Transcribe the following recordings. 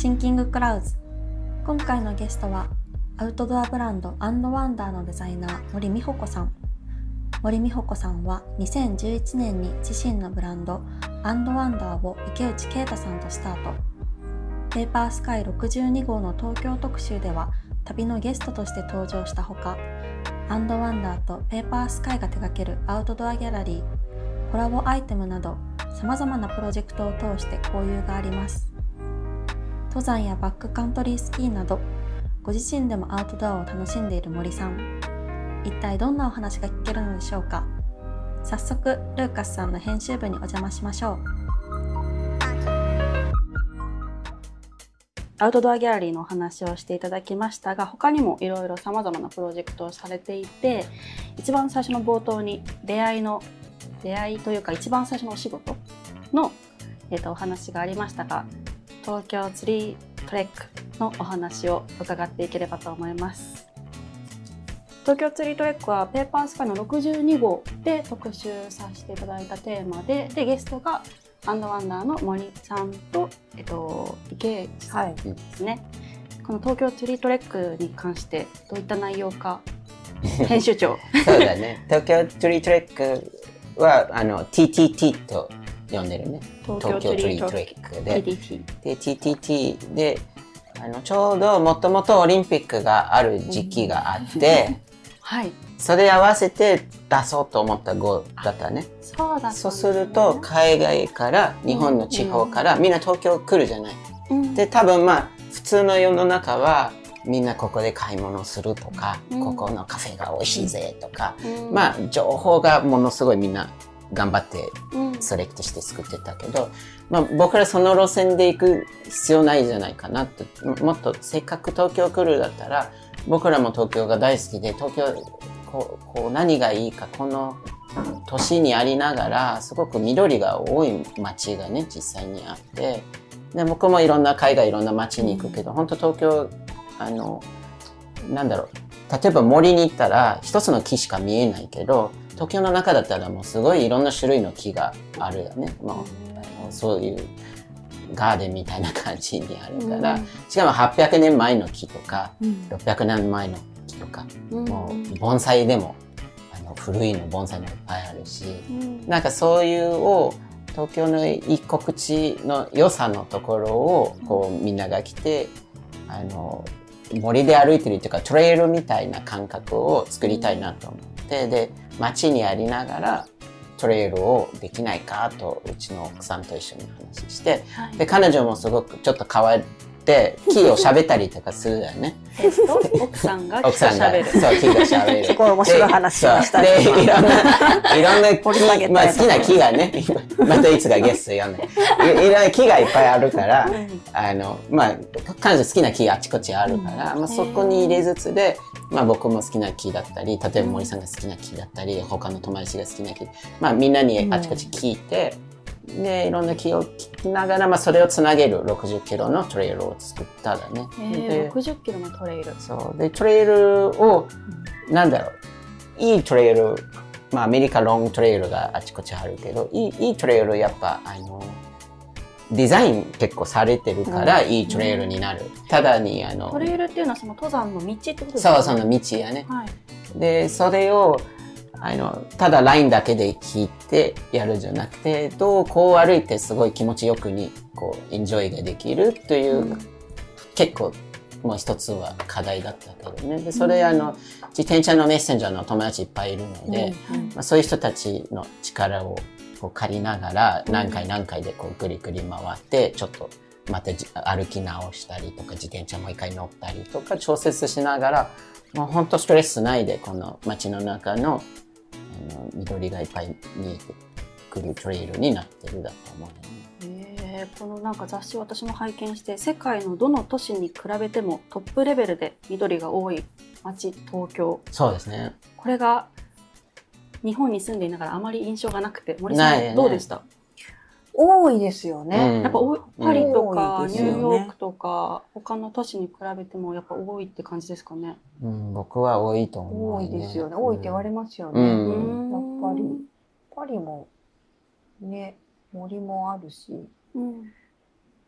シンキングクラウズ。今回のゲストはアウトドアブランド&ワンダーのデザイナー森美穂子さん。森美穂子さんは2011年に自身のブランド&ワンダーを池内啓太さんとスタート。ペーパースカイ62号の東京特集では旅のゲストとして登場したほか、&ワンダーとペーパースカイが手掛けるアウトドアギャラリー、コラボアイテムなど様々なプロジェクトを通して交流があります。登山やバックカントリースキーなど、ご自身でもアウトドアを楽しんでいる森さん。一体どんなお話が聞けるのでしょうか。早速、ルーカスさんの編集部にお邪魔しましょう。アウトドアギャラリーのお話をしていただきましたが、他にもいろいろ様々なプロジェクトをされていて、一番最初の冒頭に出会いというか一番最初のお仕事の、お話がありましたが、東京ツリートレックのお話を伺っていければと思います。東京ツリートレックはペーパースカイの62号で特集させていただいたテーマで、ゲストが&ワンダーの森さんと、池内さんですね、この東京ツリートレックに関してどういった内容か編集長そうだね、東京ツリートレックはTTT と呼んでるね。東京ツリートレックで TTT でちょうどもともとオリンピックがある時期があってはい、 それ合わせて出そうと思った号だったね。 そうだったんですね。 そうすると海外から日本の地方からみんな東京来るじゃない、で多分普通の世の中はみんなここで買い物するとか、ここのカフェが美味しいぜとか、情報がものすごいみんな頑張ってセレクトして作ってたけど、僕らその路線で行く必要ないじゃないかなって。もっとせっかく東京来るだったら、僕らも東京が大好きで、東京こう何がいいか、この都市にありながらすごく緑が多い街がね実際にあって、で僕もいろんな海外いろんな街に行くけど、本当東京なんだろう、例えば森に行ったら一つの木しか見えないけど、東京の中だったらもうすごいいろんな種類の木があるよね。もうそういうガーデンみたいな感じにあるから、しかも800年前の木とか、600年前の木とか、もう盆栽でも古いの盆栽もいっぱいあるし、なんかそういう東京の一国地の良さのところをこうみんなが来て森で歩いてるっていうかトレイルみたいな感覚を作りたいなと思って、で街にありながらトレイルをできないかとうちの奥さんと一緒に話して、で彼女もすごくちょっと変わって木を喋ったりとかするよね。 奥さんが木と喋る。 そう、木が喋る。 すごい面白い話しましたね。 で、いろんな木、好きな木がね、またいつかゲスト呼んで、いろんな木がいっぱいあるから、彼女好きな木があちこちあるから、そこに入れつつで、僕も好きな木だったり、例えば森さんが好きな木だったり、他の友達が好きな木、みんなにあちこち聞いて、でいろんな木を聞きながら、それをつなげる60キロのトレイルを作ったらね。 60キロのトレイル。 そうでトレイルをなんだろう、いいトレイル、アメリカロングトレイルがあちこちあるけど、いいトレイルやっぱデザイン結構されてるから、いいトレイルになる。ただにトレイルっていうのはその登山の道ってことですか？ そう、その道やね。でそれをただラインだけで聞いてやるじゃなくて、こう歩いてすごい気持ちよくにエンジョイができるという、結構もう一つは課題だったけどね。でそれ自転車のメッセンジャーの友達いっぱいいるので、そういう人たちの力を借りながら何回でぐりぐり回ってちょっとまた歩き直したりとか、自転車もう一回乗ったりとか調節しながら、もう本当ストレスないでこの街の中の緑がいっぱい見えてくるトレイルになってるだと思うね。 このなんか雑誌を私も拝見して、世界のどの都市に比べてもトップレベルで緑が多い街、東京。 そうですね。 これが日本に住んでいながらあまり印象がなくて、森さんどうでした？ 多いですよね。 やっぱパリとかニューヨークとか他の都市に比べてもやっぱ多いって感じですかね。 僕は多いと思う、多いですよね。多いって言われますよね。やっぱりもね、森もあるし、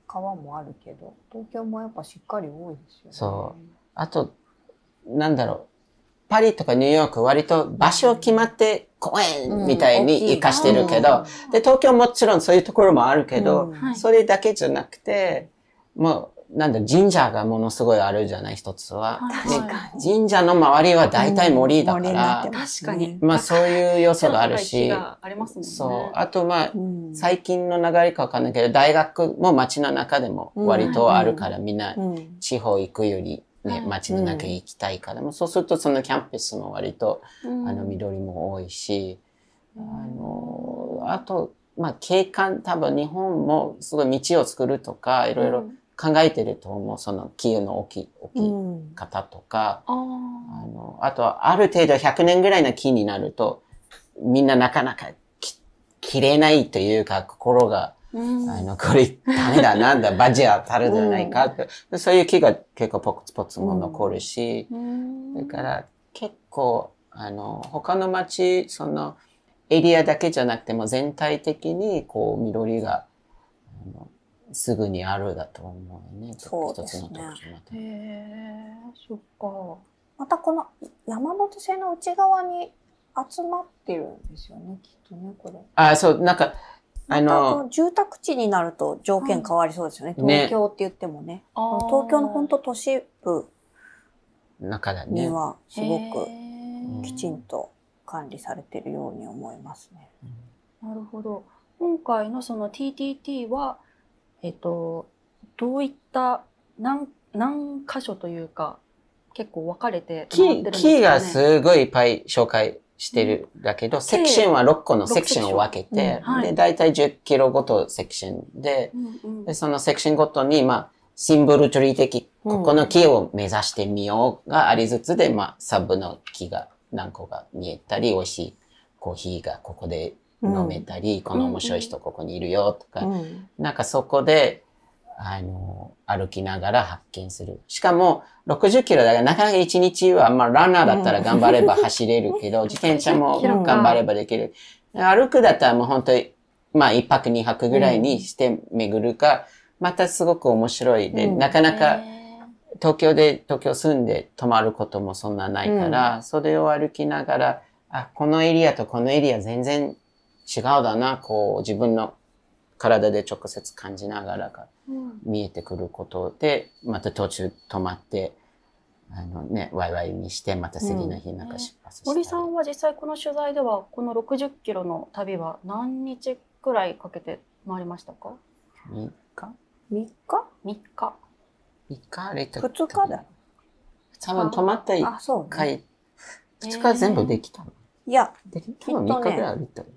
川もあるけど、東京もやっぱしっかり多いですよね。 そう。あと、なんだろう。パリとかニューヨーク割と場所決まって公園みたいに活かしてるけど、で、東京もちろんそういうところもあるけど、それだけじゃなくて、もう、なんだ、神社がものすごいあるじゃない、一つは。 確かに。 神社の周りは大体森だから、 確かに。 まあそういう要素があるし、 ありますもんね。 そう。あとまあ、最近の流れかわかんないけど、大学も街の中でも割とあるから、みんな地方行くより、ね、街の中行きたいから、そうするとそのキャンパスも割と、緑も多いし、あと、まあ、景観、多分日本もすごい道を作るとか、いろいろ考えてると思う。その木の大きい方とか、あと、ある程度100年ぐらいの木になると、みんななかなか切れないというか、心が、これダメだ、なんだ、バジ当たるじゃないかって、そういう木が結構ポツポツも残るし、だから結構、他の街、そのエリアだけじゃなくても全体的にこう緑が、すぐにあるだと思うね。 そうですね。 へえ、そっか。 またこの山手線の内側に集まってるんですよね、きっとね、これ。 そう、なんか、 住宅地になると条件変わりそうですよね。東京って言ってもね。東京の本当都市部にはすごくきちんと管理されているように思いますね。 なるほど。今回のその TTT は、どういった何箇所というか、結構分かれて回ってるんですかね。 木がすごいいっぱい紹介してるだけど、セクションは6個のセクションを分けて、で、だいたい10キロごとセクションで、で、そのセクションごとに、まあ、シンボルツリー的、ここの木を目指してみようがありつつで、まあ、サブの木が何個か見えたり、美味しいコーヒーがここで飲めたり、この面白い人ここにいるよとか、なんかそこで、歩きながら発見する。しかも、60キロだから、なかなか1日は、まあ、ランナーだったら頑張れば走れるけど、自転車も頑張ればできる。歩くだったらもう本当に、まあ、1泊2泊ぐらいにして巡るか、またすごく面白いで、なかなか、東京住んで泊まることもそんなないから、それを歩きながら、このエリアとこのエリア全然違うだな、こう、自分の体で直接感じながらが見えてくることで、また途中止まって、ワイワイにして、また次の日なんか出発して。 森さんは実際この取材では、この60キロの旅は何日くらいかけて回りましたか？ 3日 ?3 日 ?3 日。 3日あれと。 2日だよ。 多分止まった1回、2日全部できたの？ いや、 多分3日ぐらい歩いたよね。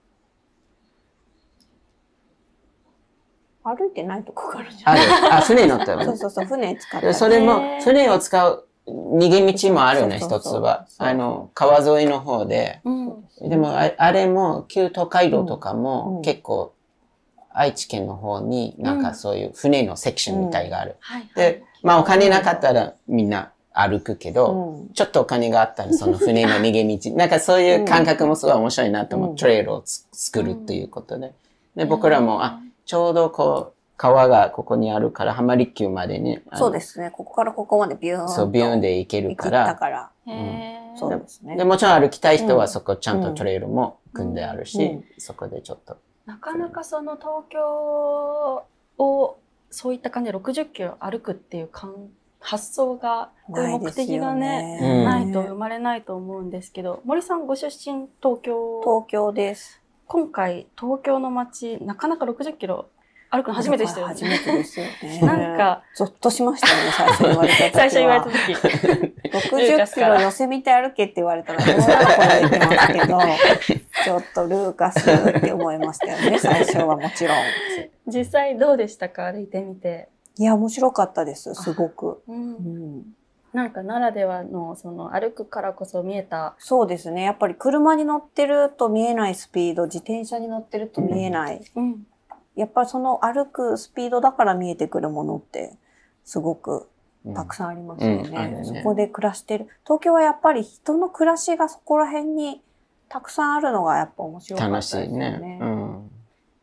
歩いてないとこからじゃん。 船乗ったよね。 そう、船使った。 それも、船を使う逃げ道もあるね、一つは。川沿いの方で。でも、あれも、旧東海道とかも、結構、愛知県の方になんかそういう船のセクションみたいがある。で、まあお金なかったらみんな歩くけど、ちょっとお金があったらその船の逃げ道、なんかそういう感覚もすごい面白いなと思う。トレイルを作るっていうことで。で、僕らも、ちょうどこう、川がここにあるから、浜離宮までね。 そうですね。ここからここまでビューンと。 そう、ビューンで行けるから。 そうですね。 で、もちろん歩きたい人はそこちゃんとトレイルも組んであるし、そこでちょっと。 なかなかその東京をそういった感じで60キロ歩くっていう発想が、こういう目的がね、ないと生まれないと思うんですけど、森さんご出身東京です。 今回東京の街、なかなか60キロ歩くの初めてでしたよね。 初めてですよね。 なんか、 ゾッとしましたね、最初言われた時は。 最初言われた時。 60キロ寄せ見て歩けって言われたら、女の子が言ってますけど、ちょっとルーカスって思いましたよね、最初はもちろん。 実際どうでしたか、歩いてみて。 いや、面白かったです、すごく。 なんかならではの、その歩くからこそ見えた。 そうですね。やっぱり車に乗ってると見えないスピード、自転車に乗ってると見えない。やっぱりその歩くスピードだから見えてくるものってすごくたくさんありますよね。そこで暮らしてる。東京はやっぱり人の暮らしがそこら辺にたくさんあるのがやっぱ面白かったですよね。 楽しいね。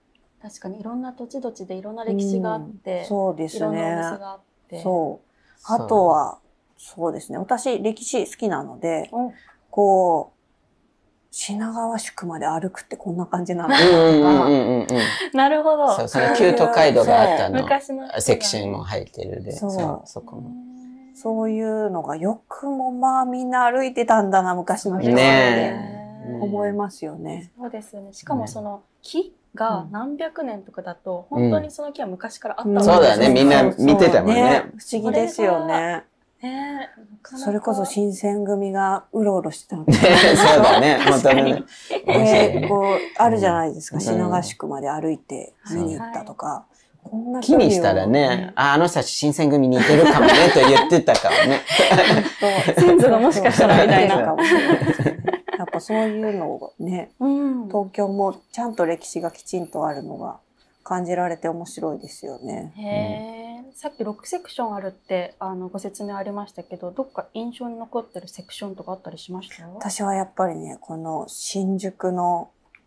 確かにいろんな土地土地でいろんな歴史があって、 そうですね。 いろんなお店があって。 そう。あとは、そうですね。私、歴史好きなので、こう、品川宿まで歩くってこんな感じなのかなるほど。 その旧都街道があったの。セクションも入ってるで。そこも。 そういうのがよくもまあみんな歩いてたんだな、昔の人って思いますよね。 そうですよね。しかもその木が何百年とかだと、本当にその木は昔からあったもんですよね。そうだね。みんな見てたもんね。 不思議ですよね。それこそ新選組がうろうろしてたのそうだね。本当に。 こう、あるじゃないですか。品川宿まで歩いて見に行ったとか。 気にしたらね、あの人たち新選組に似てるかもね、と言ってたからね。 先祖がもしかしたらみたいな。 やっぱそういうのをね、東京もちゃんと歴史がきちんとあるのが感じられて面白いですよね。 さっき6セクションあるってご説明ありましたけど、どっか印象に残ってるセクションとかあったりしました？ 私はやっぱりね、この新宿の、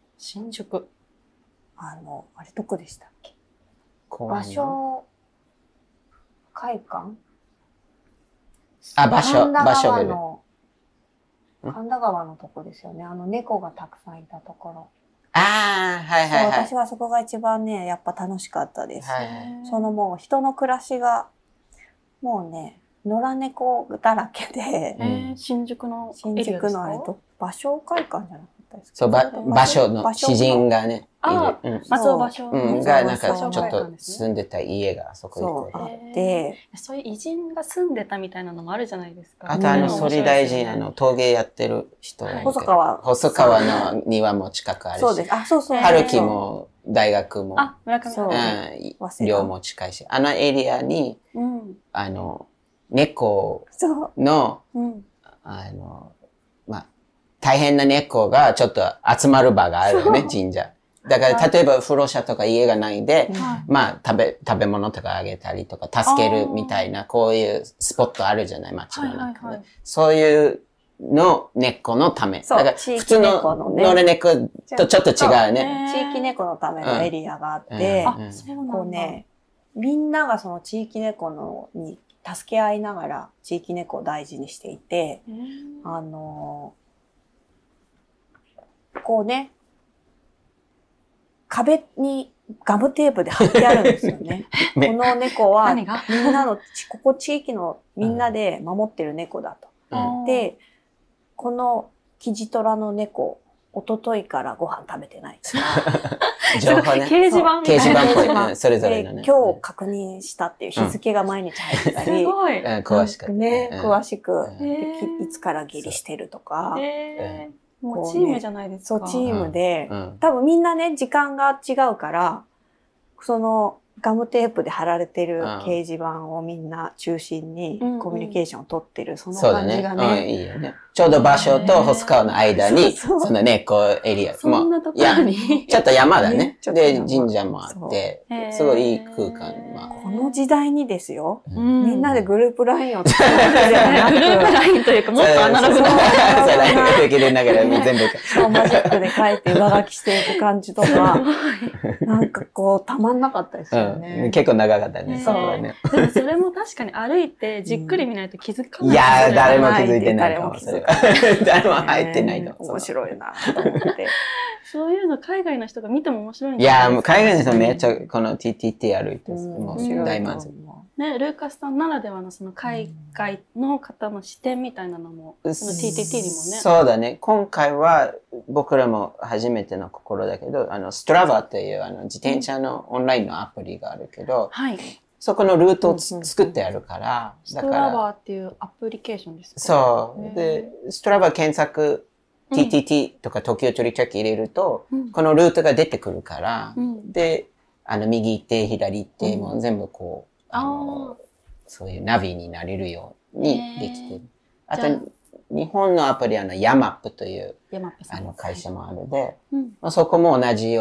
あれどこでしたっけ？場所、会館？ 場所で。 神田川のとこですよね。猫がたくさんいたところ。 はいはいはい。 私はそこが一番ね、やっぱ楽しかったです。そのもう人の暮らしが、もうね、野良猫だらけで。 新宿のあれと、場所会館じゃなかったですか？ そう、場所の詩人がね、いる。 松尾芭蕉がなんかちょっと住んでた家がそこにあって、 そういう偉人が住んでたみたいなのもあるじゃないですか。 あと総理大臣、陶芸やってる人。 細川の庭も近くあるし。 そうです。そうそう。 春樹も大学も、寮も近いし、エリアに、猫の、大変な猫がちょっと集まる場があるよね、神社。だから、例えば、風呂車とか家がないんで、食べ物とかあげたりとか、助けるみたいな、こういうスポットあるじゃない、街の中で。そういうの猫のため。だから、普通の野良猫とちょっと違うね。 地域猫のためのエリアがあって、こうね、みんながその地域猫に助け合いながら、地域猫を大事にしていて、こうね、壁にガムテープで貼ってあるんですよね。この猫は、みんなの、ここ地域のみんなで守ってる猫だと。で、このキジトラの猫、一昨日からご飯食べてないとか。 情報ね。 掲示板っぽい。それぞれのね。 今日確認したっていう日付が毎日入ってたり。 すごい。 詳しく。 ね、詳しく。いつから下痢してるとか。 もうチームじゃないですか。 そう、チームで、多分みんなね、時間が違うから、そのガムテープで貼られてる掲示板をみんな中心にコミュニケーションを取ってる、その感じがね。 いいよね。ちょうど場所と細川の間に、その猫エリア。 そんなところに。 ちょっと山だね。で、神社もあって、すごいいい空間。 この時代にですよ。みんなでグループラインを作るグループラインというか、もっとアナログな。 ラインできるながら全部。 マジックで書いて上書きしていく感じとか、なんかこう、たまんなかったですよね。 結構長かったね。 そう。でもそれも確かに歩いてじっくり見ないと気づかない。 いやー、誰も気づいてないかもしれない。誰も入ってないと。 面白いなと思って。 そういうの海外の人が見ても面白いんいやー、もう海外の人めっちゃこの TTT 歩いて、もう大満足。 ね、ルーカスさんならではのその海外の方の視点みたいなのも、その TTT にもね。 そうだね。今回は僕らも初めての心だけど、ストラバっていう自転車のオンラインのアプリがあるけど、そこのルートを作ってあるから、 ストラバっていうアプリケーションですか？ そう。で、ストラバ検索、TTT とか東京トリチャック入れると、このルートが出てくるから、で、右行って左行って、もう全部こう、そういうナビになれるようにできてる。あと、日本のアプリヤマップという会社もあるで、そこも同じように。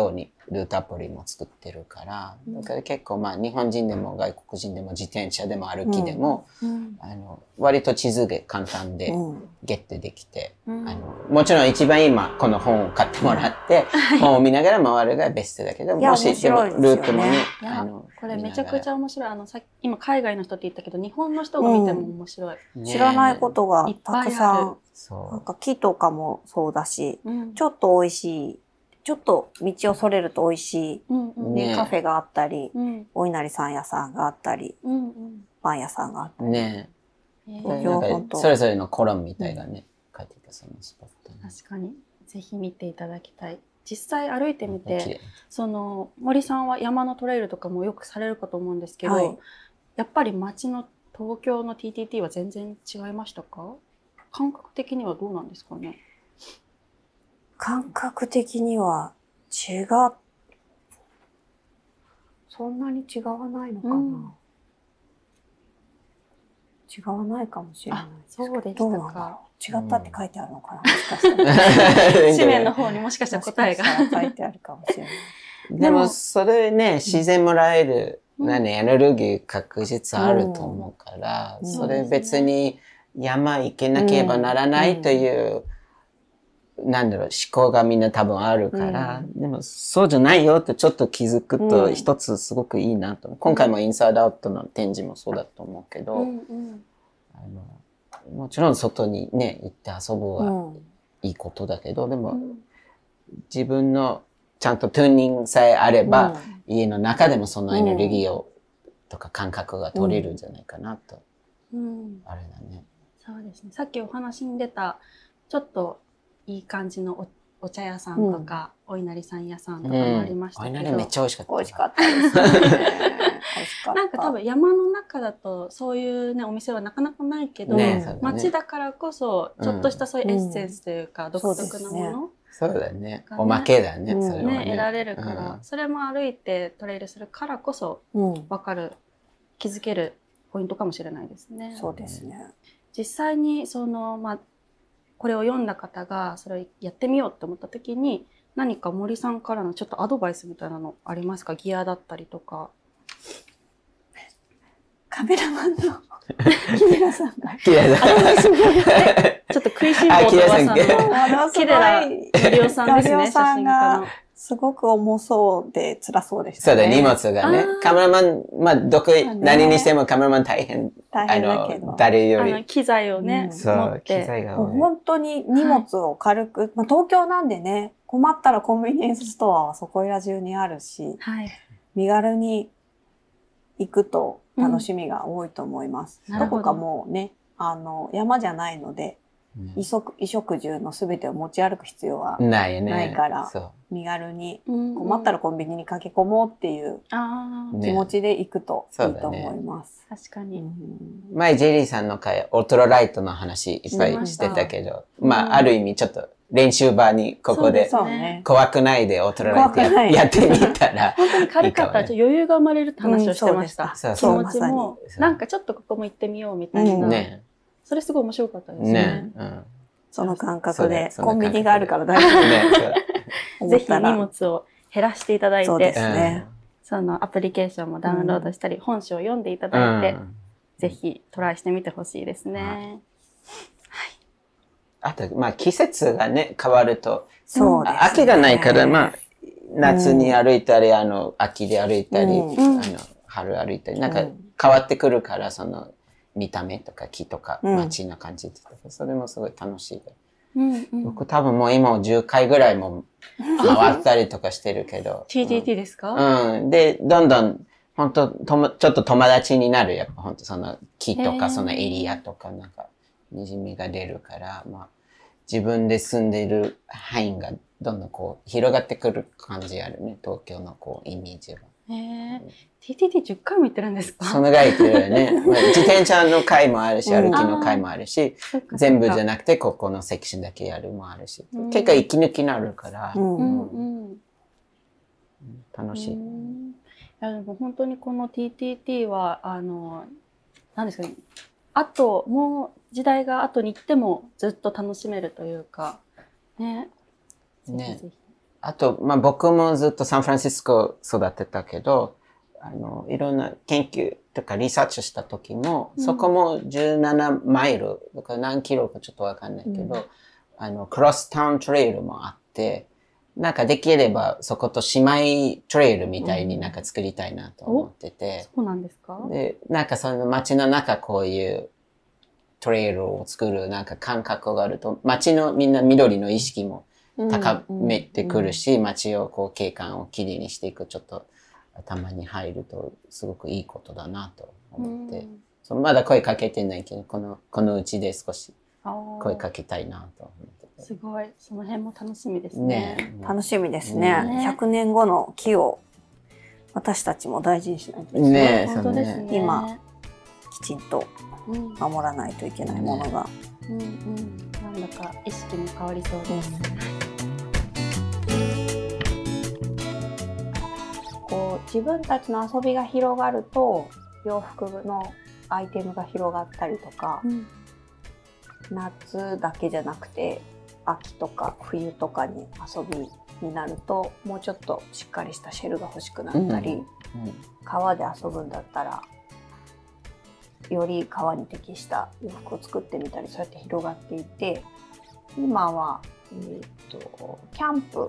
ルートアプリも作ってるから、だから結構日本人でも外国人でも自転車でも歩きでも、割と地図で簡単でゲットできて、もちろん一番今この本を買ってもらって、本を見ながら回るがベストだけど、もしでもルートもね、 これめちゃくちゃ面白い。今海外の人って言ったけど、日本の人が見ても面白い。 知らないことがたくさん。なんか木とかもそうだし、ちょっと美味しい。ちょっと道をそれると美味しい、カフェがあったり、お稲荷さん屋さんがあったり、パン屋さんがあったり。 ねなんかそれぞれのコラムみたいなね、書いていたそのスポット、ね。 確かに。ぜひ見ていただきたい。実際歩いてみて、森さんは山のトレイルとかもよくされるかと思うんですけど、やっぱり街の東京の TTT は全然違いましたか？感覚的にはどうなんですかね？ 感覚的にはそんなに違わないのかな、違わないかもしれないですけど。 そうでしたか。 違ったって書いてあるのかな、もしかしたら。 紙面の方にもしかしたら答えが書いてあるかもしれない。 でもそれね、自然もらえる、エネルギー確実あると思うから、それ別に山行けなければならないという、思考がみんな多分あるから、でもそうじゃないよってちょっと気づくと一つすごくいいなと。今回もインサイドアウトの展示もそうだと思うけど、もちろん外にね、行って遊ぶはいいことだけど、でも自分のちゃんとトゥーニングさえあれば、家の中でもそのエネルギーをとか感覚が取れるんじゃないかなと。あれだね。 そうですね。さっきお話に出た、ちょっといい感じのお茶屋さんとか、お稲荷さん屋さんとかもありましたけど。 お稲荷めっちゃ美味しかった。 美味しかったですね。 なんか多分山の中だとそういうね、お店はなかなかないけど、街だからこそ、ちょっとしたそういうエッセンスというか、独特なもの。 そうだね。おまけだね、それはね。 得られるから、それも歩いてトレイルするからこそ、わかる、気づけるポイントかもしれないですね。 そうですね。 実際にこれを読んだ方がそれをやってみようって思った時に、何か森さんからのちょっとアドバイスみたいなのありますか？ギアだったりとか。 カメラマンの木寺さんが。 木寺さん。 ちょっと食いしん坊と噂の木寺紀夫さんですね、写真家の。 すごく重そうで辛そうでしたね。そうだ、荷物がね。カメラマン、何にしてもカメラマン大変。 大変だけど。 誰より。 機材をね、 そう、機材が多い。 本当に荷物を軽く、東京なんでね、困ったらコンビニエンスストアはそこいら中にあるし、身軽に行くと楽しみが多いと思います。どこかもうね、山じゃないので、衣食住のすべてを持ち歩く必要はないから、身軽に困ったらコンビニに駆け込もうっていう気持ちで行くといいと思います。 確かに。 前、ジェリーさんの回、オルトラライトの話いっぱいしてたけど、ある意味ちょっと練習場にここで怖くないでオルトラライトやってみたら。 本当に軽かったら余裕が生まれるって話をしてました。気持ちも、なんかちょっとここも行ってみようみたいな。それすごい面白かったですね。 その感覚で、コンビニがあるから大丈夫。ぜひ荷物を減らしていただいて、そのアプリケーションもダウンロードしたり、本書を読んでいただいて、ぜひトライしてみてほしいですね。 あと、季節がね、変わると、秋がないから、夏に歩いたり、秋で歩いたり、春歩いたり、なんか変わってくるから、その、見た目とか木とか街の感じとか、それもすごい楽しい。僕多分もう今10回ぐらいも回ったりとかしてるけど。 TTT ですか？ で、どんどん、本当ちょっと友達になる。やっぱ本当その木とかそのエリアとかなんか、滲みが出るから、自分で住んでいる範囲がどんどんこう広がってくる感じあるね。東京のこうイメージが。 TTT10 回も行ってるんですか？ そのぐらい行ってるよね。自転車の回もあるし、歩きの回もあるし、全部じゃなくてここのセクションだけやるもあるし、結構息抜きになるから、楽しい。いやでも本当にこの TTT は、何ですかね、もう時代が後に行ってもずっと楽しめるというか、ね。ぜひぜひ。 あと、まあ僕もずっとサンフランシスコ育てたけど、いろんな研究とかリサーチした時も、そこも17マイル、だから何キロかちょっとわかんないけど、クロスタウントレイルもあって、なんかできればそこと姉妹トレイルみたいになんか作りたいなと思ってて。 そうなんですか？ で、なんかその街の中こういうトレイルを作るなんか感覚があると、街のみんな緑の意識も高めてくるし、街をこう景観をきれいにしていくちょっと頭に入るとすごくいいことだなと思って。まだ声かけてないけど、このうちで少し声かけたいなと思って。 すごい。その辺も楽しみですね。 楽しみですね。100年後の木を私たちも大事にしないといけない。 ね、 本当ですね。 今、きちんと守らないといけないものが。 なんだか意識も変わりそうです。 こう、自分たちの遊びが広がると、洋服のアイテムが広がったりとか、夏だけじゃなくて、秋とか冬とかに遊びになるともうちょっとしっかりしたシェルが欲しくなったり、川で遊ぶんだったらより川に適した洋服を作ってみたり、そうやって広がっていて、今は、キャンプ、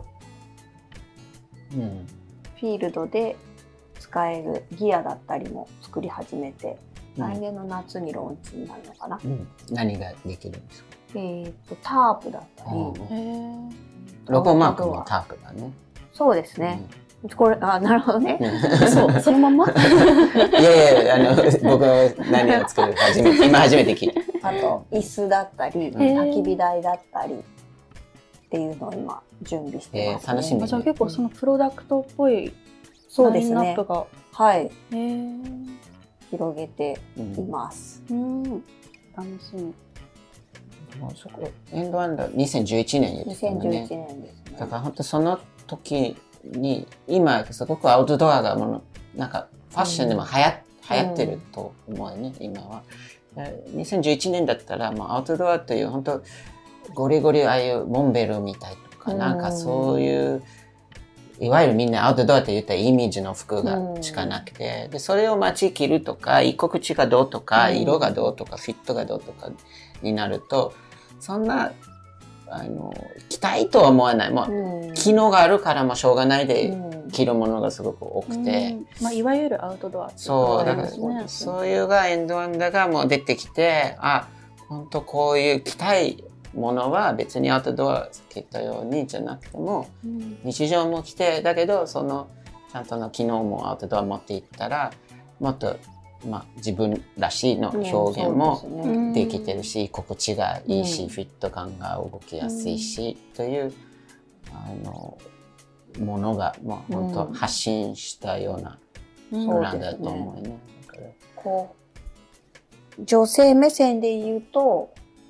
フィールドで使えるギアだったりも作り始めて、来年の夏にローンチになるのかな。 何ができるんですか？ タープだったり、 ロゴマークもタープだね。 そうですね。これ、なるほどね。 そう、そのまんま？ いやいや、僕何を作る今初めて聞いた。 あと、椅子だったり、焚き火台だったりっていうのを今準備してます、ね。 楽しみ。 じゃあ結構そのプロダクトっぽいそうですね。 ラインナップが、 はい。広げています。 楽しみ。 もうそこエンドワンダー2011年ですね。 2011年ですね。 だから本当その時に今すごくアウトドアがなんかファッションでも流行ってると思うね、今は。2011年だったらもうアウトドアという本当ゴリゴリああいうモンベルみたいとか、なんかそういういわゆるみんなアウトドアって言ったらイメージの服がしかなくて、でそれを街着るとか居心地がどうとか、色がどうとかフィットがどうとかになると、そんな着たいとは思わない。もう機能があるからもうしょうがないで着るものがすごく多くて、 まあいわゆるアウトドアっていうそうだからそういうがエンドワンダがもう出てきて、本当こういう着たいものは別にアウトドア着たようにじゃなくても、日常も着てだけどそのちゃんとの機能もアウトドア持っていったらもっと自分らしいの表現もできてるし、心地がいいし、フィット感が動きやすいし、というものが本当発信したようなブランドだと思うね。 こう女性目線で言うと、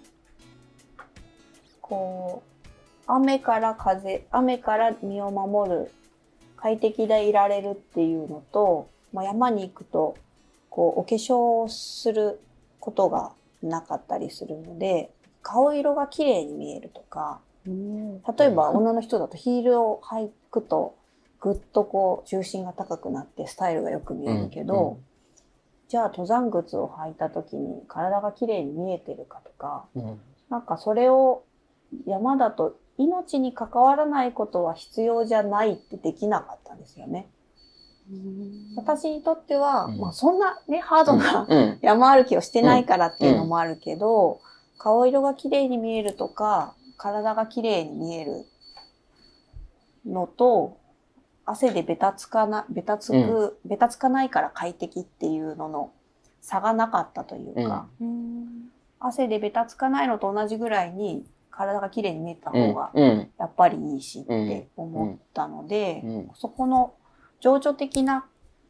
こう雨から身を守る、快適でいられるっていうのと、山に行くとこうお化粧をすることがなかったりするので、顔色が綺麗に見えるとか、例えば女の人だとヒールを履くとぐっとこう重心が高くなってスタイルがよく見えるけど、じゃあ登山靴を履いた時に体が綺麗に見えてるかとか、なんかそれを山だと命に関わらないことは必要じゃないってできなかったんですよね。私にとっては、そんなね、ハードな山歩きをしてないからっていうのもあるけど、顔色が綺麗に見えるとか、体が綺麗に見えるのと、汗でベタつかないから快適っていうのの差がなかったというか、汗でベタつかないのと同じぐらいに体が綺麗に見えた方がやっぱりいいしって思ったので、そこの情緒的な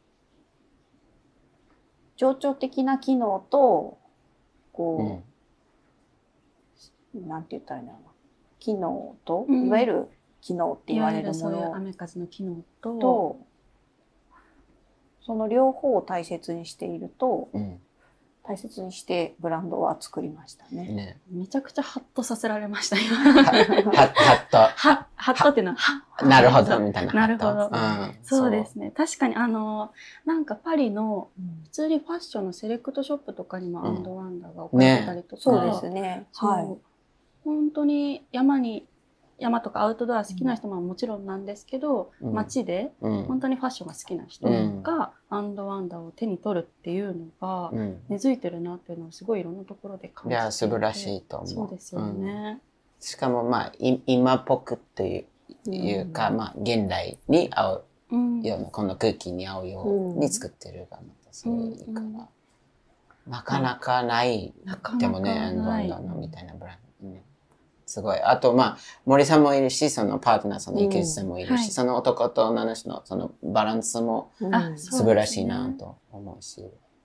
機能と、こう、なんて言ったらいいんだろうな。機能と、いわゆる機能って言われるものそういう雨風の機能と、 その両方を大切にしていると、 大切にしてブランドは作りましたね。 ね。 めちゃくちゃハッとさせられました、今。 ハハッとっていうのは、 ット。なるほど、みたいな。 なるほど。 うん、 そうですね。確かに、なんかパリの、普通にファッションのセレクトショップとかにもアンドワンダーが置かれてたりとか。 そうですね。はい。 本当に山とかアウトドア好きな人ももちろんなんですけど、街で本当にファッションが好きな人がアンドワンダーを手に取るっていうのが根付いてるなっていうのをすごいいろんなところで感じていて。 いや、素晴らしいと思う。 そうですよね。 しかもまあ、今っぽくっていうか、まあ、現代に合うような、この空気に合うように作ってるがまたすごいいいから。なかなかない。でもね、アンドワンダーのみたいなブランドね。すごい。あと、まあ、森さんもいるし、そのパートナー、その池内さんもいるし、その男と女の人のそのバランスも素晴らしいなと思うし。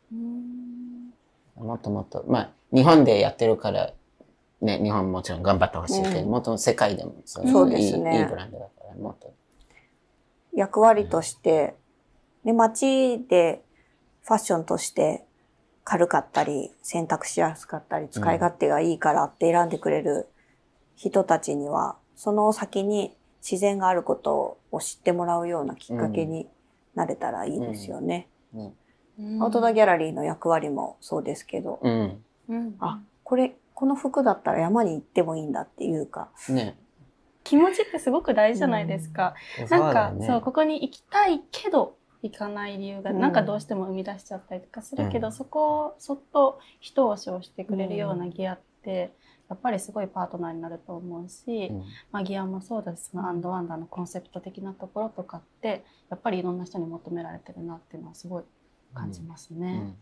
もっともっと、まあ、日本でやってるから、ね、日本もちろん頑張ってほしいけど、もっと世界でもそうですね。 いいブランドだから、もっと。 役割として、で、街でファッションとして軽かったり、選択しやすかったり、使い勝手がいいからって選んでくれる人たちには、その先に自然があることを知ってもらうようなきっかけになれたらいいですよね。アウトドアギャラリーの役割もそうですけど、あ、この服だったら山に行ってもいいんだっていうか。 ね。 気持ちってすごく大事じゃないですか。なんか、そう、ここに行きたいけど行かない理由が、なんかどうしても生み出しちゃったりとかするけど、そこをそっと一押しをしてくれるようなギアって、やっぱりすごいパートナーになると思うし、まあギアもそうだし、そのアンドワンダーのコンセプト的なところとかって、やっぱりいろんな人に求められてるなっていうのはすごい感じますね。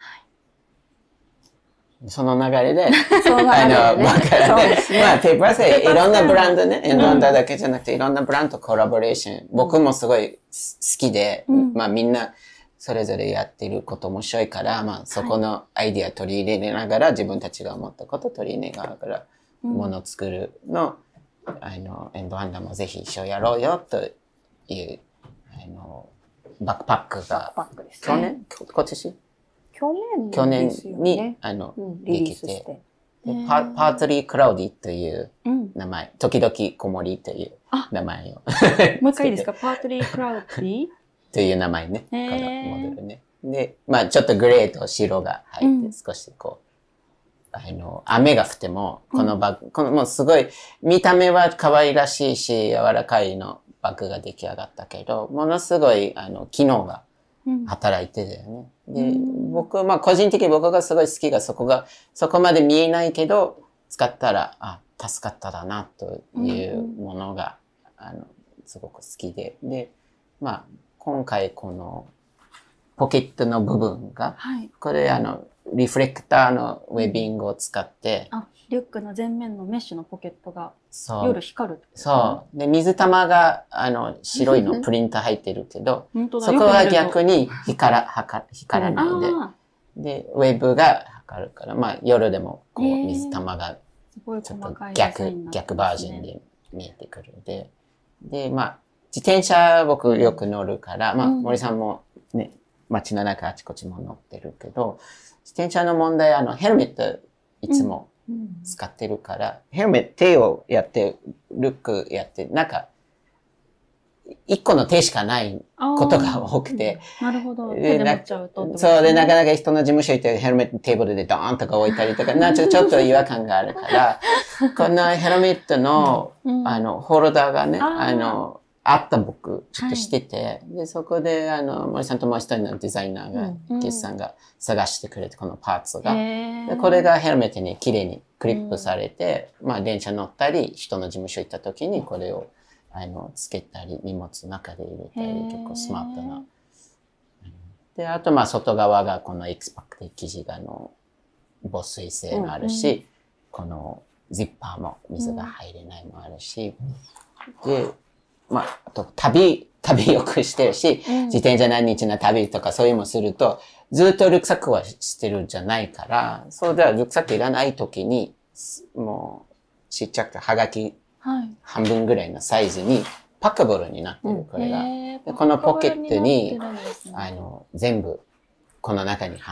その流れで、まあ、ペーパーセイ、いろんなブランドね、アンドワンダーだけじゃなくて、いろんなブランドコラボレーション、僕もすごい好きで、まあみんなそれぞれやってること面白いから、まあそこのアイディア取り入れながら、自分たちが思ったこと取り入れながら、ものを作るの、アンドワンダーもぜひ一緒やろうよ、という、バックパックが、去年今年去年に、できて、パートリークラウディという名前、時々こもりという名前を。 もう一回いいですか？パートリークラウディという名前ね。このモデルね。で、まあちょっとグレーと白が入って、少しこう、雨が降っても、このバッグ、もうすごい、見た目は可愛らしいし、柔らかいのバッグが出来上がったけど、ものすごい、機能が働いてたよね。で、まあ個人的に僕がすごい好きがそこまで見えないけど、使ったら、助かっただな、というものが、すごく好きで。で、まあ、今回この、ポケットの部分が、これリフレクターのウェビングを使って、 リュックの前面のメッシュのポケットが夜光るってこと？ そう。で、水玉が、白いのプリント入ってるけど、そこは逆に光らないで、ウェブが光るから、まあ夜でもこう水玉がちょっと逆バージョンで見えてくるで、まあ自転車僕よく乗るから、まあ森さんもね、街の中あちこちも乗ってるけど、自転車の問題、ヘルメットいつも使ってるから、ヘルメット手をやって、ルックやって、なんか、一個の手しかないことが多くて。 なるほど。手で持っちゃうと。 そうで、なかなか人の事務所行ってヘルメットテーブルでドーンとか置いたりとか、ちょっと違和感があるから、このヘルメットの、ホルダーがね、あった僕、ちょっとしてて、で、そこで、森さんともう一人のデザイナーが、キスさんが探してくれて、このパーツが。で、これがヘルメットに綺麗にクリップされて、まあ、電車乗ったり、人の事務所行った時に、これを、つけたり、荷物の中で入れたり、結構スマートな。で、あと、まあ、外側が、このエクスパクティ生地が、防水性もあるし、このジッパーも水が入れないもあるし、で、まあ、あと、旅よくしてるし、自転車何日の旅とかそういうのすると、ずっとリュックサックはしてるんじゃないから、そうではリュックサックいらない時に、もう、ちっちゃくて、はがき、半分ぐらいのサイズに、パッカブルになってる、これが。でこのポケットに、全部、この中に入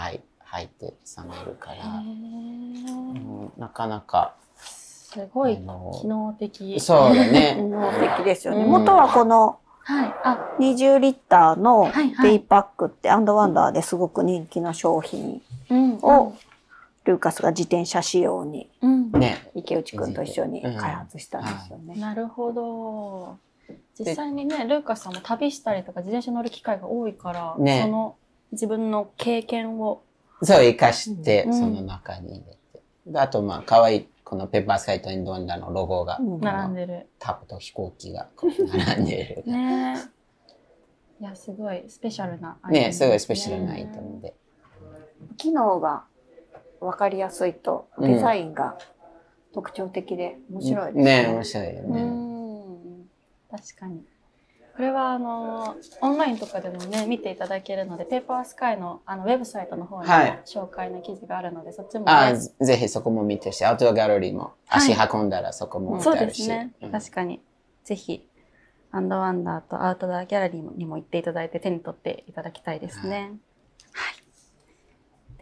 入って冷めるから、なかなか。 すごい機能的。 そうだね。 機能的ですよね。元はこの、20リッターのデイパックってアンドワンダーですごく人気の商品をルーカスが自転車仕様に池内くんと一緒に開発したんですよね。 なるほど。実際にね、ルーカスさんも旅したりとか自転車乗る機会が多いから、その自分の経験を。 そう、活かして、その中に入れて。あと、可愛い、このペッパースカイとエンドワンダーのロゴが、 並んでる。 タブと飛行機が並んでる。 ねいや、すごいスペシャルなアイテムですね。 すごいスペシャルなアイテムで。 機能がわかりやすいと、デザインが特徴的で面白いですね。 面白いよね。 確かに。これはオンラインとかでもね、見ていただけるので、ペーパースカイのウェブサイトの方に紹介の記事があるので、そっちもね。 ぜひそこも見てし、アウトドアギャラリーも足運んだらそこも見てあるし。 そうですね。確かに。ぜひ、アンドワンダーとアウトドアギャラリーにも行っていただいて手に取っていただきたいですね。はい。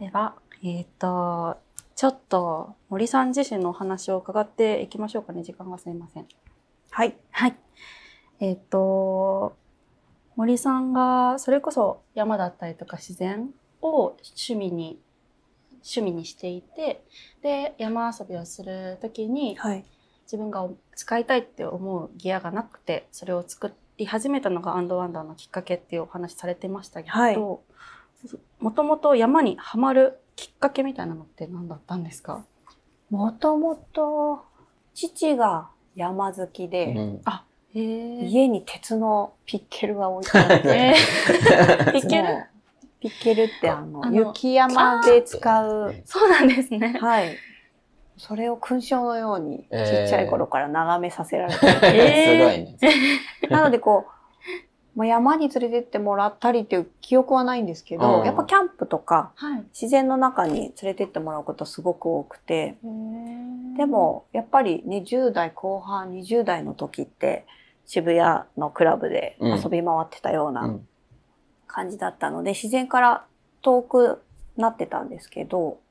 では、ちょっと森さん自身のお話を伺っていきましょうかね。時間がすいません。 はい。 はい。森さんがそれこそ山だったりとか自然を趣味にしていて、で、山遊びをするときに、自分が使いたいって思うギアがなくて、それを作り始めたのがアンドワンダーのきっかけっていうお話されてましたけど、もともと山にはまるきっかけみたいなのって何だったんですか？ もともと父が山好きで、家に鉄のピッケルが置いてあって、 ピッケル？ ピッケルって雪山で使う。 そうなんですね。 はい。それを勲章のようにちっちゃい頃から眺めさせられていて。 すごいね。 なので山に連れてってもらったりっていう記憶はないんですけど、やっぱキャンプとか、自然の中に連れてってもらうことすごく多くて、でもやっぱりね、10代後半、20代の時って渋谷のクラブで遊び回ってたような感じだったので、自然から遠くなってたんですけど、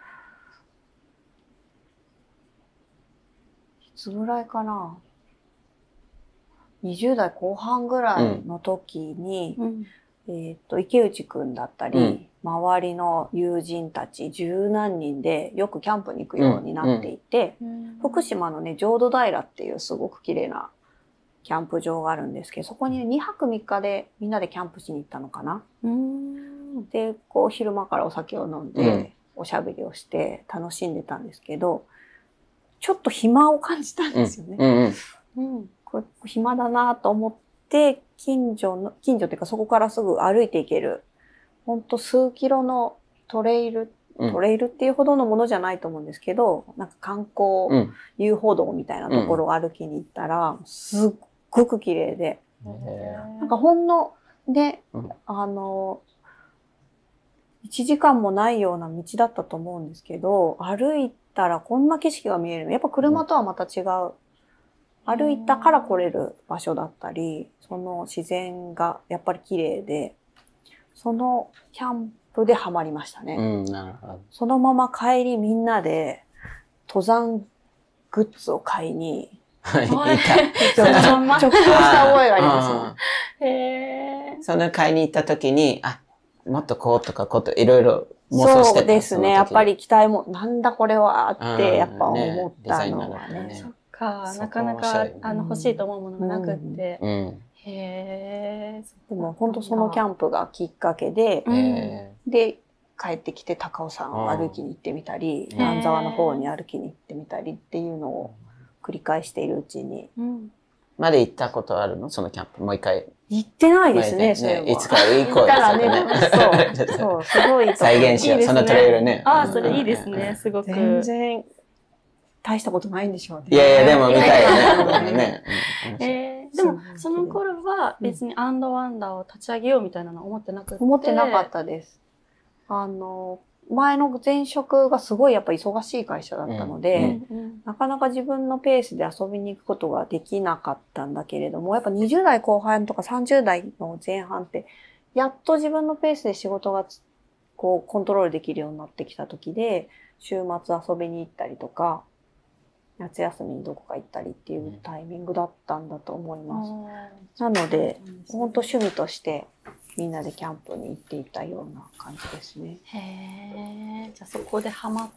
いつぐらいかな、20代後半ぐらいの時に、池内くんだったり、周りの友人たち十何人でよくキャンプに行くようになっていて、福島のね、浄土平っていうすごく綺麗なキャンプ場があるんですけど、そこに2泊3日でみんなでキャンプしに行ったのかな。で、昼間からお酒を飲んで、おしゃべりをして楽しんでたんですけど、ちょっと暇を感じたんですよね。暇だなと思って、近所っていうかそこからすぐ歩いていける、ほんと数キロのトレイルっていうほどのものじゃないと思うんですけど、なんか観光遊歩道みたいなところを歩きに行ったら、すっごく綺麗で、なんかほんの、ね、1時間もないような道だったと思うんですけど、歩いたらこんな景色が見えるの。やっぱ車とはまた違う。歩いたから来れる場所だったり、その自然がやっぱり綺麗で、そのキャンプでハマりましたね。 なるほど。 そのまま帰りみんなで登山グッズを買いに、直行した覚えがあります。 その買いに行った時に、もっとこうとかいろいろ妄想してた。 そうですね。やっぱり期待も、なんだこれはってやっぱ思ったのはね。 なかなか欲しいと思うものがなくって。 でも本当そのキャンプがきっかけで、で、帰ってきて高尾山を歩きに行ってみたり、南沢の方に歩きに行ってみたりっていうのを繰り返しているうちに。 まで行ったことあるの？そのキャンプ。もう一回。 行ってないですね、それは。 いつか行こうよ。 行ったらね、そう、すごい。 再現しよう。そのトレイルね。 それいいですね、すごく。 全然、大したことないんでしょうね。 いやいや、でも見たいよね。 でも、その頃は別にアンドワンダーを立ち上げようみたいなのは思ってなくて。 思ってなかったです。前の前職がすごいやっぱ忙しい会社だったので、なかなか自分のペースで遊びに行くことができなかったんだけれども、やっぱ20代後半とか30代の前半って、やっと自分のペースで仕事がこうコントロールできるようになってきた時で、週末遊びに行ったりとか、夏休みにどこか行ったりっていうタイミングだったんだと思います。なので、本当趣味としてみんなでキャンプに行っていたような感じですね。 へー。じゃあそこでハマって、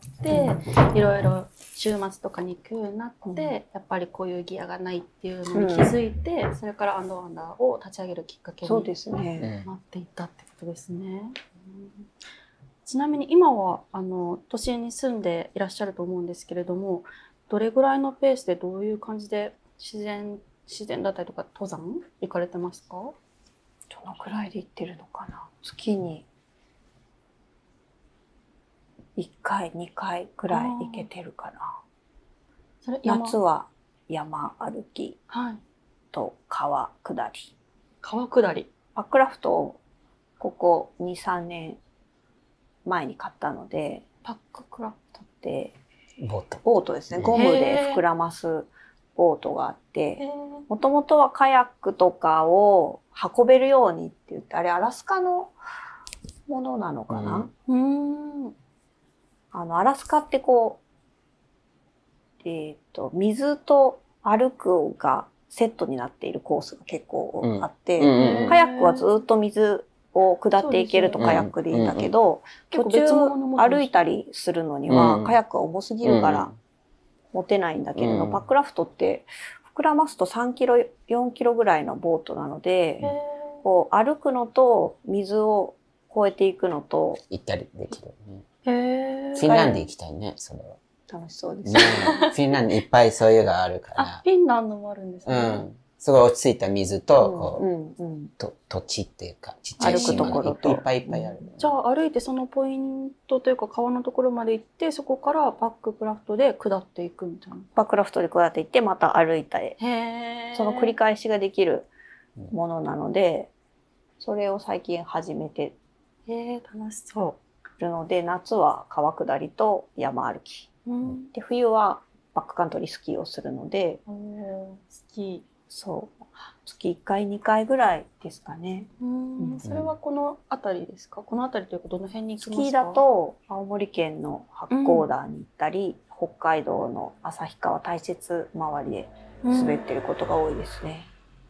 いろいろ週末とかに行くようになって、やっぱりこういうギアがないっていうのに気づいて、それからアンドワンダーを立ち上げるきっかけになっていったってことですね。ちなみに今は都心に住んでいらっしゃると思うんですけれども、どれぐらいのペースでどういう感じで自然だったりとか登山行かれてますか？ どのくらいで行ってるのかな。月に1回、2回くらい行けてるかな。それ夏は山歩きと川下り。 川下り。 パックラフトをここ2、3年前に買ったので、 パックラフトってボートですね。ゴムで膨らますボートがあって、もともとはカヤックとかを運べるようにって言って、あれアラスカのものなのかな？アラスカってこう、水と歩くがセットになっているコースが結構あって、カヤックはずっと水を下っていけるとカヤックでいいんだけど、途中歩いたりするのにはカヤックは重すぎるから持てないんだけれど、パックラフトって膨らますと3キロ、4キロぐらいのボートなので、こう歩くのと水を越えていくのと行ったりできるね。フィンランド行きたいね、それは。 楽しそうですね。 フィンランドいっぱいそういうのがあるから。 フィンランドもあるんですね。 すごい落ち着いた水と、土地っていうか、ちっちゃい島がいっぱいいっぱいある。 じゃあ歩いてそのポイントというか川のところまで行って、そこからバッククラフトで下っていくみたいな。 バッククラフトで下っていって、また歩いたり。その繰り返しができるものなので、それを最近始めて。 楽しそう。 るので、夏は川下りと山歩き。で、冬はバックカントリースキーをするので、 スキー。 そう。月1回、2回ぐらいですかね。 それはこの辺りですか？この辺りというかどの辺に行きますか？ スキーだと、青森県の八甲田に行ったり、北海道の旭川大雪周りで滑ってることが多いですね。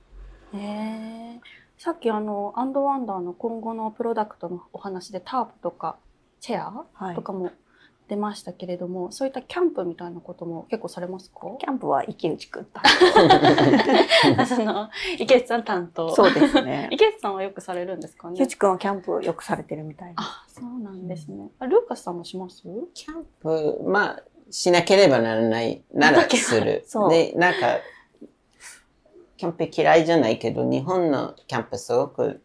さっきアンドワンダーの今後のプロダクトのお話でタープとかチェアとかも出ましたけれども、そういったキャンプみたいなことも結構されますか？ キャンプは池内くん担当。池内さん担当。 そうですね。 池内さんはよくされるんですかね？ 池内くんはキャンプをよくされてるみたいな。 そうなんですね。ルーカスさんもします？ キャンプ、しなければならないならする。で、キャンプ嫌いじゃないけど、日本のキャンプすごく、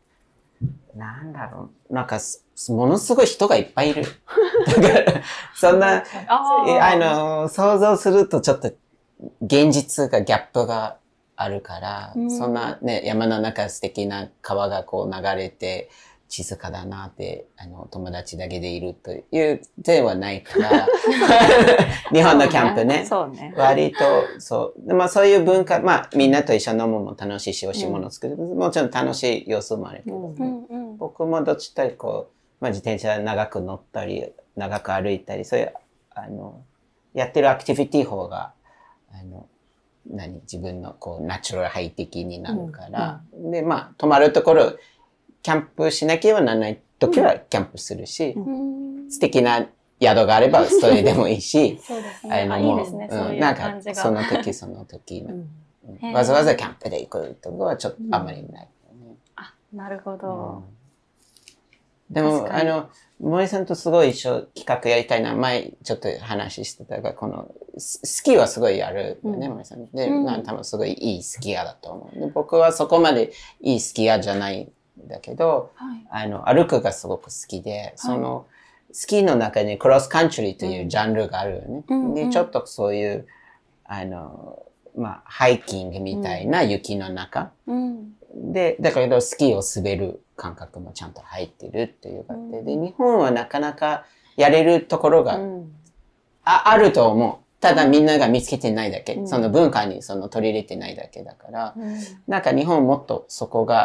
ものすごい人がいっぱいいる。だから、そんな、想像するとちょっと現実がギャップがあるから、そんなね、山の中素敵な川がこう流れて、静かだなって、友達だけでいるという点はないから、日本のキャンプね。 そうね。 割と、そう。そういう文化、みんなと一緒に飲むも楽しいし、美味しいものを作る。もちろん楽しい要素もあるけど、僕もどっちかというと自転車長く乗ったり、長く歩いたり、そういう、やってるアクティビティ方が、自分のナチュラルハイ的になるから、で、泊まるところ、キャンプしなければならない時はキャンプするし、素敵な宿があればそれでもいいし、 そうですね。いいですね、そういう感じが。 その時の、わざわざキャンプで行くとこはちょっとあんまりない、 なるほど。 でも、森さんとすごい一緒企画やりたいな、前ちょっと話してたが、スキーはすごいやるよね、森さん。で、多分すごいいいスキーヤーだと思う。で、僕はそこまでいいスキーヤーじゃないだけど、歩くがすごく好きで、スキーの中にクロスカントリーというジャンルがあるよね。で、ちょっとそういう、ハイキングみたいな雪の中。で、だけどスキーを滑る感覚もちゃんと入ってるっていうかで、日本はなかなかやれるところが、あると思う。ただみんなが見つけてないだけ。その文化に取り入れてないだけだから、日本もっとそこが、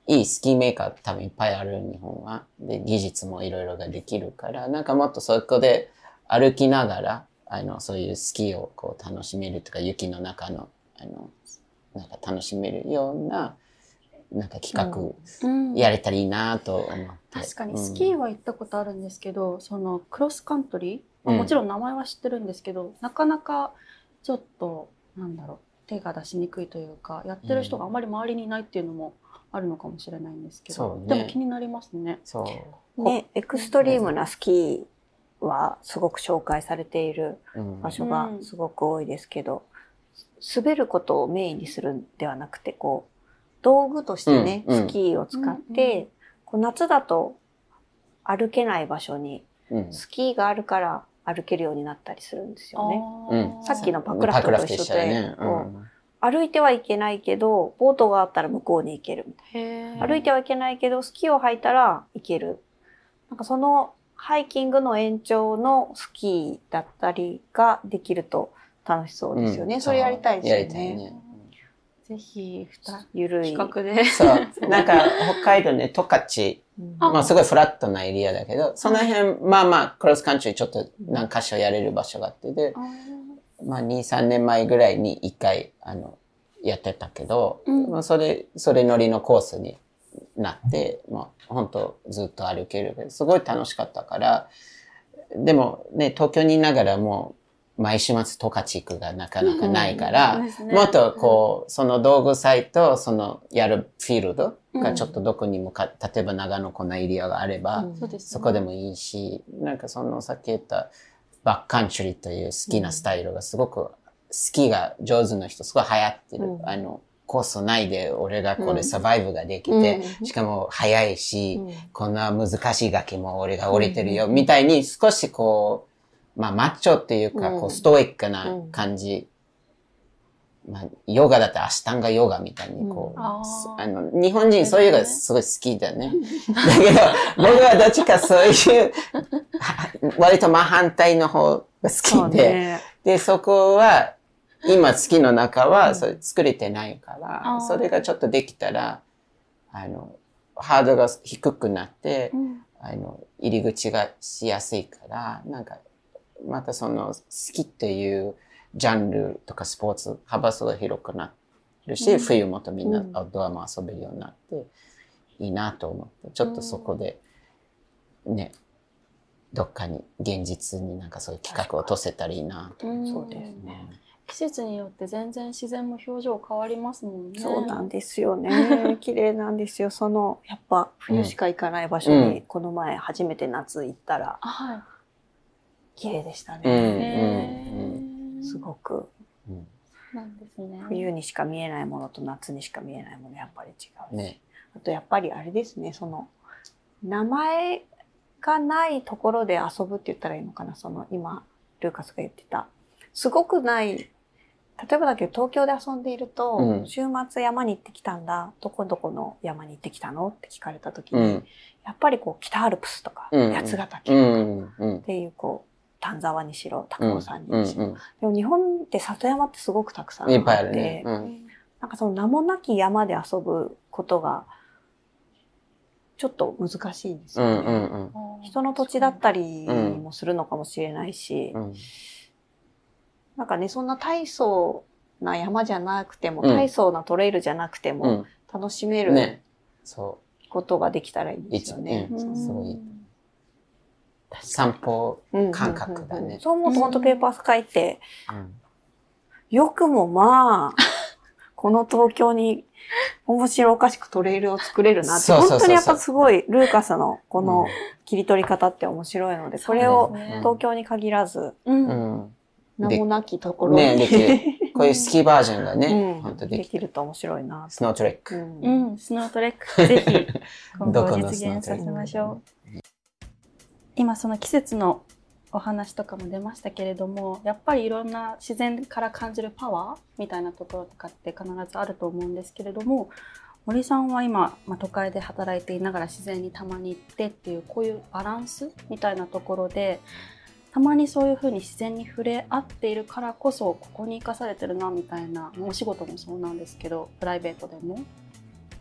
いいスキーメーカー多分いっぱいある日本は。で、技術もいろいろができるから、なんかもっとそこで歩きながら、そういうスキーをこう楽しめるとか、雪の中の、なんか楽しめるような、なんか企画やれたらいいなと思って。 確かにスキーは行ったことあるんですけど、そのクロスカントリー、もちろん名前は知ってるんですけど、なかなかちょっと手が出しにくいというか、やってる人があまり周りにいないっていうのもあるのかもしれないんですけど、でも気になりますね。 そうね、エクストリームなスキーはすごく紹介されている場所がすごく多いですけど、滑ることをメインにするんではなくて、こう道具としてね、スキーを使って、こう夏だと歩けない場所にスキーがあるから歩けるようになったりするんですよね。さっきのパクラフトと一緒で、歩いてはいけないけど、ボートがあったら向こうに行けるみたいな。歩いてはいけないけど、スキーを履いたら行ける。なんかそのハイキングの延長のスキーだったりができると楽しそうですよね。それやりたいですよね。やりたいね。 ぜひ、 ゆるい企画で。 そう。なんか、北海道ね、十勝。まあ、すごいフラットなエリアだけど、その辺、まあまあ、クロスカントリーちょっと何箇所やれる場所があって、で、まあ、2、3年前ぐらいに1回、やってたけど、まあ、それ乗りのコースになって、まあ、本当ずっと歩けるけど、すごい楽しかったから、でもね、東京にいながらもう、毎週末十勝行くがなかなかないから、もっとこう、その道具祭とそのやるフィールドがちょっとどこにも例えば長野こんなエリアがあれば、そこでもいいし、なんかそのさっき言ったバックカントリーという好きなスタイルがすごく、スキーが上手な人すごい流行ってる。コース内で俺がこれサバイブができて、しかも早いし、こんな難しい崖も俺が降りてるよ、みたいに少しこう、まあ、マッチョっていうか、こう、ストイックな感じ。まあ、ヨガだったらアシュタンガヨガみたいに、こう、日本人そういうのがすごい好きだね。だけど、僕はどっちかそういう、割と真反対の方が好きで、で、そこは、今好きの中は、それ作れてないから、それがちょっとできたら、ハードが低くなって、入り口がしやすいから、なんか、またその好きっていうジャンルとかスポーツ幅すごい広くなるし、冬もとみんなアウトドアも遊べるようになっていいなと思って、ちょっとそこでね、どっかに現実になんかそういう企画を落とせたらいいなと。 そうですね。 季節によって全然自然も表情変わりますもんね。 そうなんですよね。綺麗なんですよ。やっぱ冬しか行かない場所に、この前初めて夏行ったら、綺麗でしたね。すごく。 なんですね。 冬にしか見えないものと夏にしか見えないものやっぱり違うし。あとやっぱりあれですね、名前がないところで遊ぶって言ったらいいのかな。今、ルーカスが言ってた。すごくない、例えばだけど東京で遊んでいると、週末山に行ってきたんだ。どこどこの山に行ってきたのって聞かれた時に、やっぱりこう、北アルプスとか、八ヶ岳とかっていうこう、丹沢にしろ、高尾山にしろ。でも日本って里山ってすごくたくさんあって、なんか名もなき山で遊ぶことが、ちょっと難しいんですよね。人の土地だったりもするのかもしれないし、なんかね、そんな大層な山じゃなくても、大層なトレイルじゃなくても、楽しめることができたらいいですよね。 すごい。散歩感覚だね。 そう思うと本当ペーパース書いて、よくもまあ、この東京に面白おかしくトレイルを作れるなって、本当にやっぱすごい、ルーカスのこの切り取り方って面白いので、これを東京に限らず、名もなきところに。 できる。こういうスキーバージョンがね、本当できると面白いな。 スノートレック。 スノートレック。ぜひ、今後実現させましょう。今その季節のお話とかも出ましたけれども、やっぱりいろんな自然から感じるパワーみたいなところとかって必ずあると思うんですけれども、森さんは今、都会で働いていながら自然にたまに行ってっていう、こういうバランスみたいなところで、たまにそういう風に自然に触れ合っているからこそここに生かされてるなみたいな、お仕事もそうなんですけどプライベートでも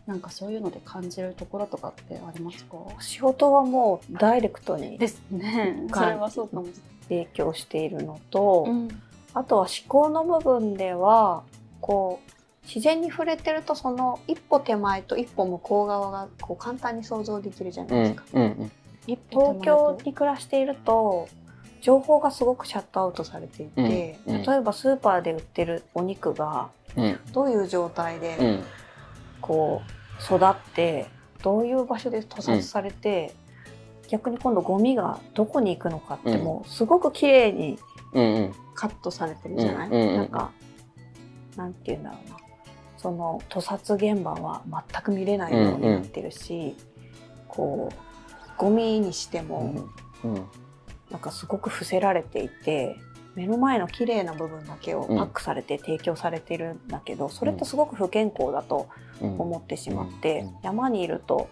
なんかそういうので感じるところとかってありますか？ 仕事はもうダイレクトにですね。それはそうかもしれない。 影響しているのと、あとは思考の部分ではこう自然に触れてるとその一歩手前と一歩向こう側がこう簡単に想像できるじゃないですか。東京に暮らしていると情報がすごくシャットアウトされていて、例えばスーパーで売ってるお肉がどういう状態でこう育ってどういう場所で屠殺されて、逆に今度ゴミがどこに行くのかってもうすごく綺麗にカットされてるじゃない。なんかなんていうんだろうな、その屠殺現場は全く見れないようになってるし、こうゴミにしてもなんかすごく伏せられていて、目の前の綺麗な部分だけをパックされて提供されてるんだけど、それってすごく不健康だと思ってしまって、山にいると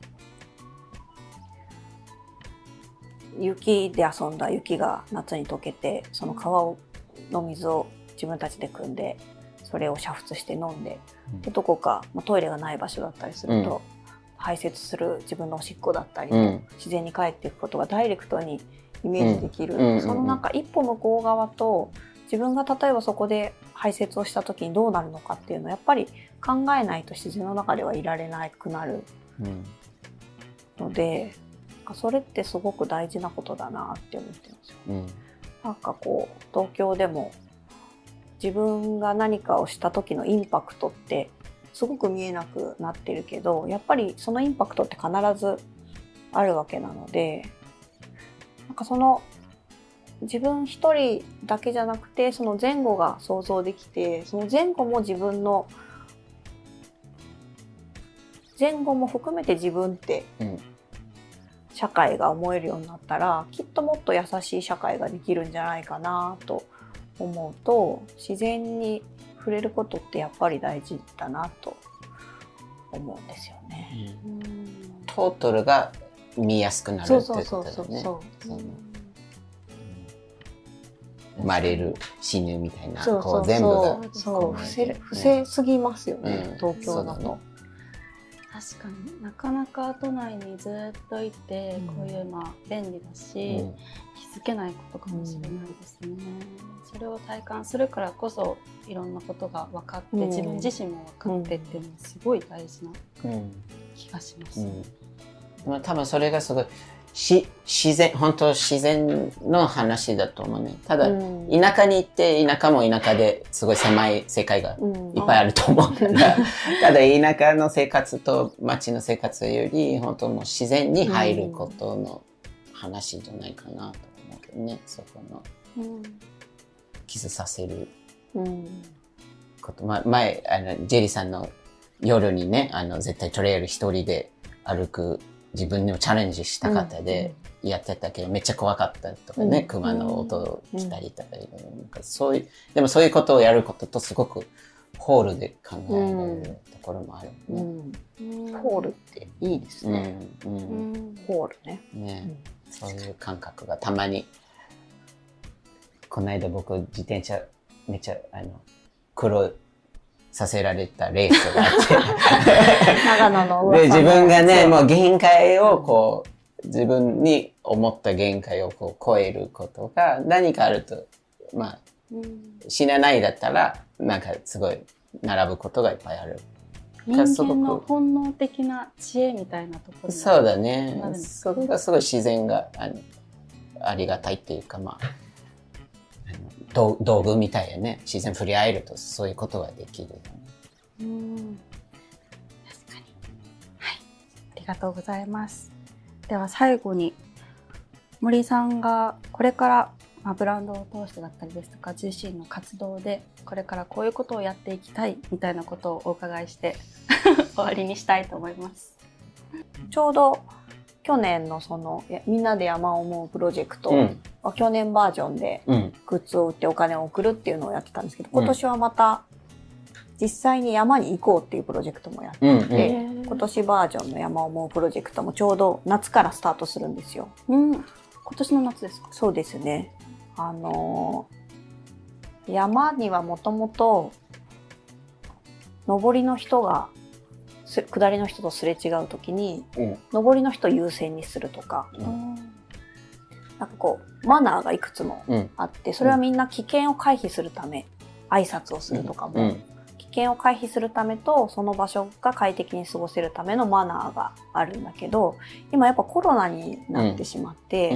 雪で遊んだ雪が夏に溶けて、その川の水を自分たちで汲んでそれを煮沸して飲んで、でどこかトイレがない場所だったりすると、排泄する自分のおしっこだったりと、自然に帰っていくことがダイレクトにイメージできる、そのなんか一歩向こう側と自分が例えばそこで排泄をした時にどうなるのかっていうのをやっぱり考えないと自然の中ではいられなくなるので、それってすごく大事なことだなって思ってますよ。なんかこう東京でも自分が何かをした時のインパクトってすごく見えなくなってるけど、やっぱりそのインパクトって必ずあるわけなので、なんかその自分一人だけじゃなくてその前後が想像できて、その前後も自分の前後も含めて自分って社会が思えるようになったら、きっともっと優しい社会ができるんじゃないかなと思うと、自然に触れることってやっぱり大事だなと思うんですよね。 トータルが見やすくなるっていうことだね。生まれる死ぬみたいな、こう全部が伏せすぎますよね、東京だと。 確かになかなか都内にずっといて、こういう便利だし、気づけないことかもしれないですね。それを体感するからこそいろんなことが分かって、自分自身も分かってっていうのはすごい大事な気がします。 多分それがすごい自然、本当自然の話だと思うね。ただ、田舎に行って田舎も田舎ですごい狭い世界がいっぱいあると思うから、ただ田舎の生活と町の生活より本当もう自然に入ることの話じゃないかなと思うけどね。そこの傷させること。前ジェリーさんの夜にね、絶対トレイル一人で歩く自分にもチャレンジしたかったでやってたけど、めっちゃ怖かったとかね、熊の音来たりとか、なんかそういう、でもそういうことをやることとすごくホールで考えられるところもあるね。 ホールっていいですね。ホールね。 そういう感覚がたまに、この間僕自転車めっちゃ苦労させられたレースがあって長野ので自分がねもう限界をこう自分に思った限界をこう超えることが何かあると死なないだったらなんかすごい並ぶことがいっぱいある。 人間の本能的な知恵みたいなところ。 そうだね。それがすごい自然がありがたいっていうか道具みたいやね。自然触れ合えるとそういうことができるよね。 確かに。はい。ありがとうございます。では最後に森さんがこれからブランドを通してだったりですとか自身の活動でこれからこういうことをやっていきたいみたいなことをお伺いして終わりにしたいと思います。 ちょうど去年のそのみんなで山を思うプロジェクト、去年バージョンでグッズを売ってお金を送るっていうのをやってたんですけど、今年はまた実際に山に行こうっていうプロジェクトもやっていて、今年バージョンの山を思うプロジェクトもちょうど夏からスタートするんですよ。 今年の夏ですか？ そうですね。山にはもともと登りの人が下りの人とすれ違うときに、上りの人を優先にするとか、なんかこうマナーがいくつもあって、それはみんな危険を回避するため、挨拶をするとかも、危険を回避するためとその場所が快適に過ごせるためのマナーがあるんだけど、今やっぱコロナになってしまって、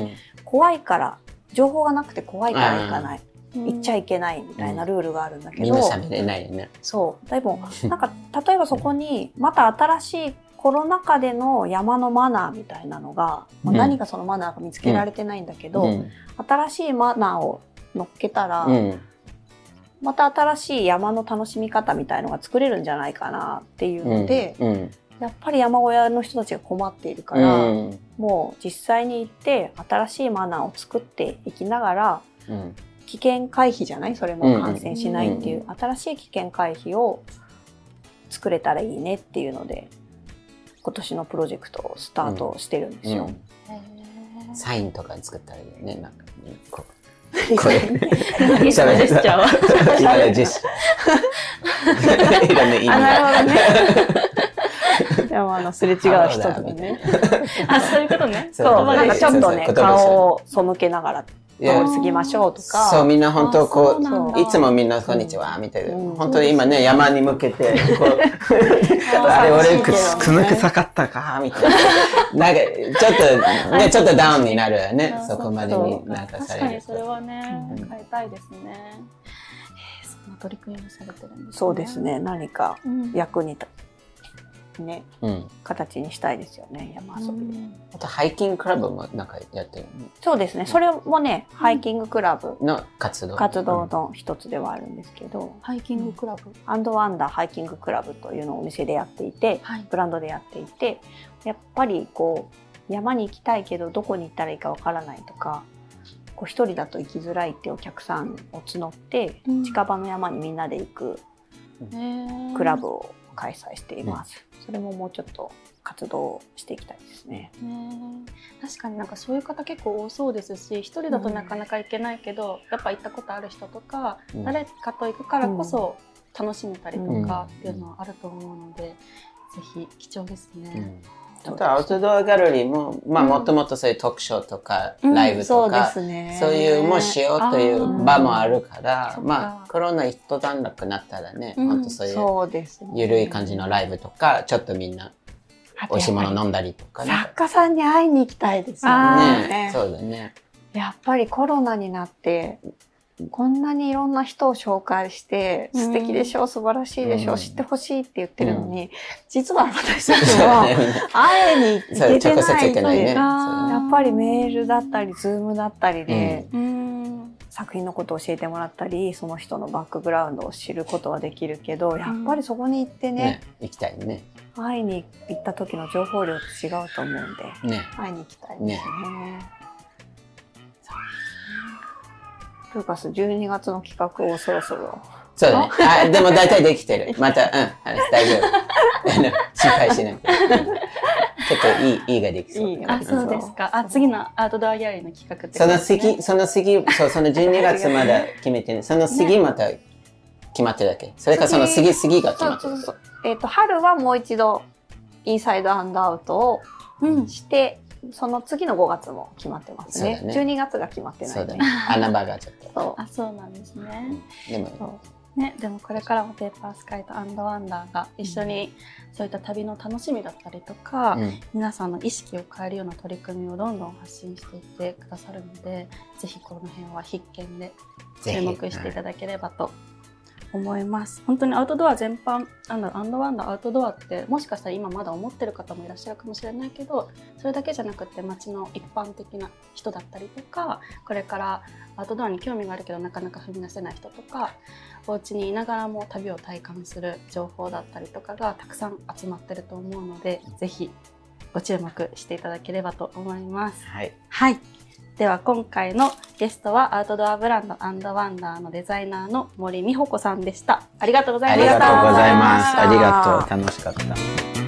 怖いから情報がなくて怖いから行かない、行っちゃいけないみたいなルールがあるんだけど、 みんな喋れないよね。 そうでもなんか例えばそこにまた新しいコロナ禍での山のマナーみたいなのが、何かそのマナーが見つけられてないんだけど、新しいマナーを乗っけたら、また新しい山の楽しみ方みたいのが作れるんじゃないかなっていうので、やっぱり山小屋の人たちが困っているから、もう実際に行って新しいマナーを作っていきながら、危険回避じゃない？それも感染しないっていう、新しい危険回避を作れたらいいねっていうので、今年のプロジェクトをスタートしてるんですよ。 サインとか作ったらいいよね。なんかこう。 これジェスチャーは今のジェスチャー。いろんな意味が。 なるほどね。でもすれ違う人とかね。 あ、そういうことね。 そう、なんかちょっとね、顔を背けながら通り過ぎましょうとか。 そう、みんな本当こう、いつもみんなこんにちは、みたいな。本当に今ね、山に向けて、こう、あれ、俺、少なく下がったか、みたいな。なんか、ちょっとダウンになるよね。そこまでになんかされる。 確かにそれはね、変えたいですね。そんな取り組みもされてるんですね。 そうですね。何か役にね、形にしたいですよね、山遊びで。 あとハイキングクラブもなんかやってるの？ そうですね。それもね、ハイキングクラブの活動の一つではあるんですけど、 ハイキングクラブ、 アンドワンダーハイキングクラブというのをお店でやっていて、ブランドでやっていて、やっぱりこう山に行きたいけどどこに行ったらいいかわからないとか、こう一人だと行きづらいってお客さんを募って、近場の山にみんなで行くクラブを開催しています。それももうちょっと活動していきたいですね。 確かになんかそういう方結構多そうですし、一人だとなかなか行けないけど、やっぱ行ったことある人とか、誰かと行くからこそ楽しめたりとかっていうのはあると思うので、ぜひ貴重ですね。 あとアウトドアギャラリーも、もともとそういうトークショーとか、ライブとか、そういうもしようという場もあるから、コロナ一段落になったらね、本当そういうゆるい感じのライブとか、ちょっとみんな美味しいもの飲んだりとかね。 作家さんに会いに行きたいですよね。 そうだね。 やっぱりコロナになって、こんなにいろんな人を紹介して、素敵でしょ、素晴らしいでしょ、知ってほしいって言ってるのに、実は私たちは会いに行けてないので、やっぱりメールだったり、ズームだったりで、作品のことを教えてもらったり、その人のバックグラウンドを知ることはできるけど、やっぱりそこに行ってね、 行きたいね。 会いに行った時の情報量と違うと思うんで、会いに行きたいですね。ルーカス、12月の企画をそろそろ。 そうだね。でも大体できてる。また、大丈夫。心配しなくて。結構いいができそう。 あ、そうですか。次のアウトドアギャラリーの企画って、 その次、その12月まだ決めてね。その次また決まってるだけ。それかその次が決まってる。 春はもう一度、インサイドアンドアウトをして、その次の5月も決まってますね。12月が決まってないね。 そうだね。穴場がちょっと。 そうなんですね。 でもこれからもペーパースカイとアンドワンダーが一緒にそういった旅の楽しみだったりとか、皆さんの意識を変えるような取り組みをどんどん発信していってくださるので、ぜひこの辺は必見で注目していただければと思います。本当にアウトドア全般、アンドワンダーアウトドアってもしかしたら今まだ思ってる方もいらっしゃるかもしれないけど、それだけじゃなくて街の一般的な人だったりとか、これからアウトドアに興味があるけどなかなか踏み出せない人とか、お家にいながらも旅を体感する情報だったりとかがたくさん集まってると思うので、ぜひご注目していただければと思います。はい。では今回のゲストはアウトドアブランドアンドワンダーのデザイナーの森美穂子さんでした。ありがとうございました。 ありがとうございます。ありがとう。楽しかった。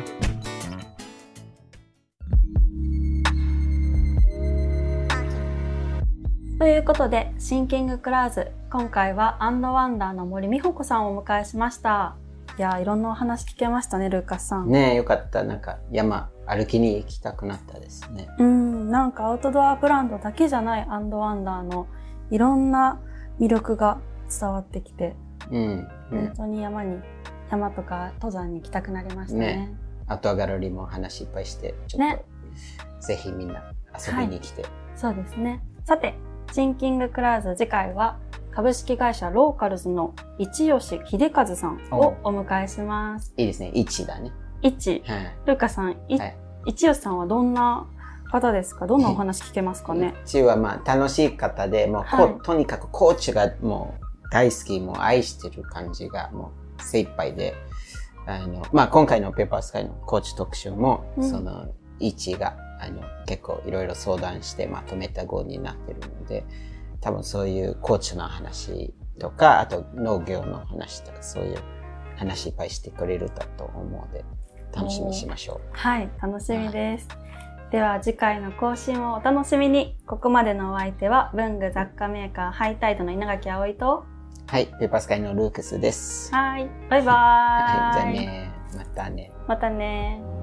ということで、シンキングクラウズ、今回はアンドワンダーの森美穂子さんをお迎えしました。 いや、いろんなお話聞けましたね、ルーカスさん。 ねえ、よかった。なんか山歩きに行きたくなったですね。 なんかアウトドアブランドだけじゃないアンドワンダーのいろんな魅力が伝わってきて、本当に山とか登山に行きたくなりましたね。 アウトドアギャラリーも話いっぱいして、ちょっと、ぜひみんな遊びに来て、 そうですね。さて、シンキングクラウズ次回は株式会社ローカルズの一吉秀和さんをお迎えします。 いいですね。一だね。 一。ルーカさん、一吉さんはどんな方ですか？どんなお話聞けますかね？ 一は楽しい方で、もう、とにかくコーチがもう大好き、もう愛してる感じがもう精一杯で、今回のペーパースカイのコーチ特集も、その一が結構いろいろ相談してまとめた号になってるので、多分そういうコーチの話とか、あと農業の話とか、そういう話いっぱいしてくれるだと思うので、楽しみにしましょう。 はい、楽しみです。では次回の更新をお楽しみに。ここまでのお相手は文具雑貨メーカーハイタイドの稲垣葵と、 はい、ペーパースカイのルークスです。 はい、バイバーイ。 はい、じゃあね、またね。 またね。